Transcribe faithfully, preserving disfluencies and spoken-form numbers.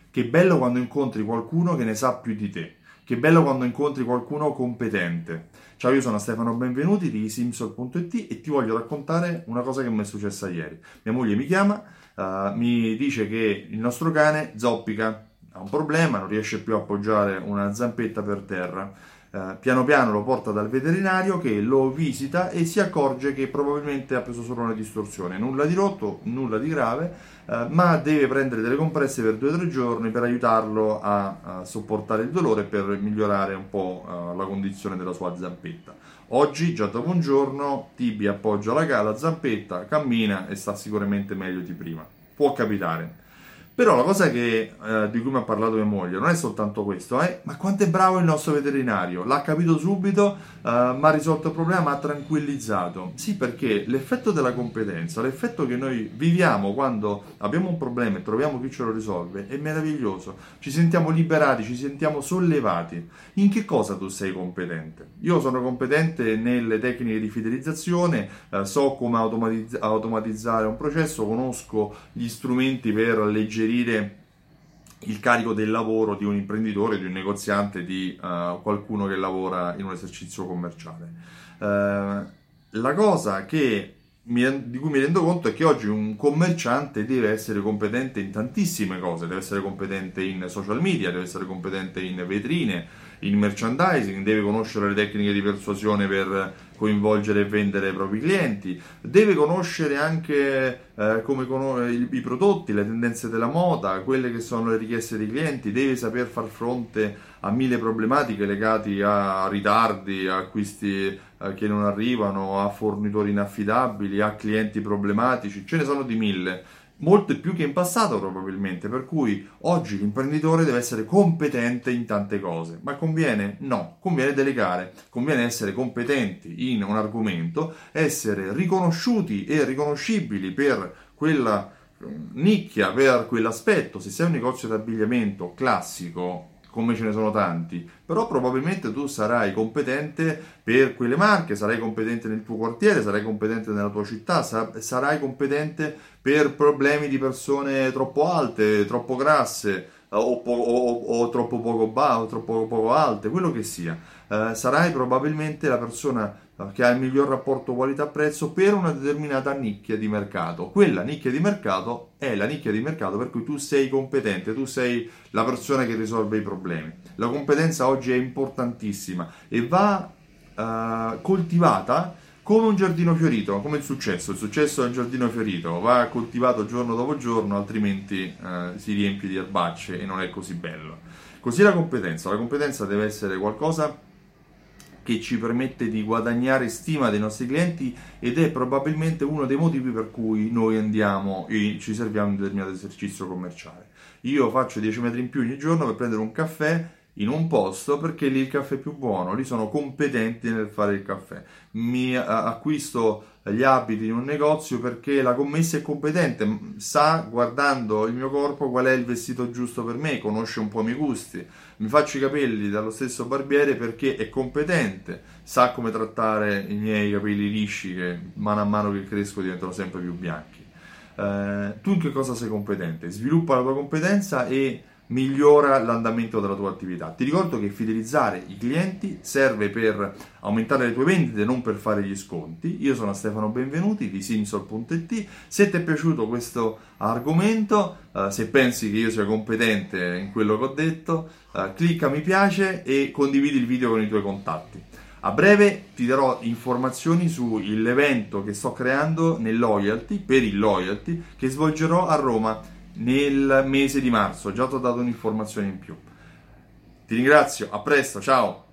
Che bello quando incontri qualcuno che ne sa più di te. Che bello quando incontri qualcuno competente. Ciao, io sono Stefano Benvenuti di Simsol punto it e ti voglio raccontare una cosa che mi è successa ieri. Mia moglie mi chiama, uh, mi dice che il nostro cane zoppica, ha un problema, non riesce più a appoggiare una zampetta per terra. Uh, piano piano lo porta dal veterinario che lo visita e si accorge che probabilmente ha preso solo una distorsione, nulla di rotto, nulla di grave, uh, ma deve prendere delle compresse per due o tre giorni per aiutarlo a, a sopportare il dolore e per migliorare un po' uh, la condizione della sua zampetta. Oggi, già dopo un giorno, Tibi appoggia la, la zampetta, cammina e sta sicuramente meglio di prima. Può capitare. Però la cosa che, eh, di cui mi ha parlato mia moglie non è soltanto questo, eh? Ma quanto è bravo il nostro veterinario, l'ha capito subito, eh, mi ha risolto il problema, mi ha tranquillizzato. Sì, perché l'effetto della competenza, l'effetto che noi viviamo quando abbiamo un problema e troviamo chi ce lo risolve, è meraviglioso. Ci sentiamo liberati, ci sentiamo sollevati. In che cosa tu sei competente? Io sono competente nelle tecniche di fidelizzazione, eh, so come automatizz- automatizzare un processo, conosco gli strumenti per alleggerire il carico del lavoro di un imprenditore, di un negoziante, di uh, qualcuno che lavora in un esercizio commerciale. Uh, la cosa che mi, di cui mi rendo conto è che oggi un commerciante deve essere competente in tantissime cose, deve essere competente in social media, deve essere competente in vetrine, in merchandising, deve conoscere le tecniche di persuasione per coinvolgere e vendere i propri clienti, deve conoscere anche eh, come con- i, i prodotti, le tendenze della moda, quelle che sono le richieste dei clienti, deve saper far fronte a mille problematiche legate a ritardi, a acquisti eh, che non arrivano, a fornitori inaffidabili, a clienti problematici, ce ne sono di mille. Molte più che in passato probabilmente, per cui oggi l'imprenditore deve essere competente in tante cose. Ma conviene? No, conviene delegare, conviene essere competenti in un argomento, essere riconosciuti e riconoscibili per quella nicchia, per quell'aspetto. Se sei un negozio di abbigliamento classico, come ce ne sono tanti, però probabilmente tu sarai competente per quelle marche, sarai competente nel tuo quartiere, sarai competente nella tua città, sarai competente per problemi di persone troppo alte, troppo grasse o, po- o, o troppo poco basse o troppo poco alte, quello che sia. Eh, sarai probabilmente la persona che ha il miglior rapporto qualità-prezzo per una determinata nicchia di mercato. Quella nicchia di mercato è la nicchia di mercato per cui tu sei competente, tu sei la persona che risolve i problemi. La competenza oggi è importantissima e va uh, coltivata come un giardino fiorito, come il successo. Il successo è un giardino fiorito, va coltivato giorno dopo giorno, altrimenti uh, si riempie di erbacce e non è così bello. Così la competenza. La competenza deve essere qualcosa che ci permette di guadagnare stima dei nostri clienti ed è probabilmente uno dei motivi per cui noi andiamo e ci serviamo in un determinato esercizio commerciale. Io faccio dieci metri in più ogni giorno per prendere un caffè in un posto perché lì il caffè è più buono, lì sono competenti nel fare il caffè. Mi acquisto gli abiti in un negozio perché la commessa è competente, sa guardando il mio corpo qual è il vestito giusto per me, conosce un po' i miei gusti. Mi faccio i capelli dallo stesso barbiere perché è competente, sa come trattare i miei capelli lisci che mano a mano che cresco diventano sempre più bianchi. Eh, tu in che cosa sei competente? Sviluppa la tua competenza e migliora l'andamento della tua attività. Ti ricordo che fidelizzare i clienti serve per aumentare le tue vendite, non per fare gli sconti. Io sono Stefano Benvenuti di Simsol punto it. Se ti è piaciuto questo argomento, eh, se pensi che io sia competente in quello che ho detto, eh, clicca mi piace e condividi il video con i tuoi contatti. A breve ti darò informazioni sull'evento che sto creando nel Loyalty, per il Loyalty, che svolgerò a Roma nel mese di marzo. Già ti ho dato un'informazione in più. Ti ringrazio, a presto, ciao!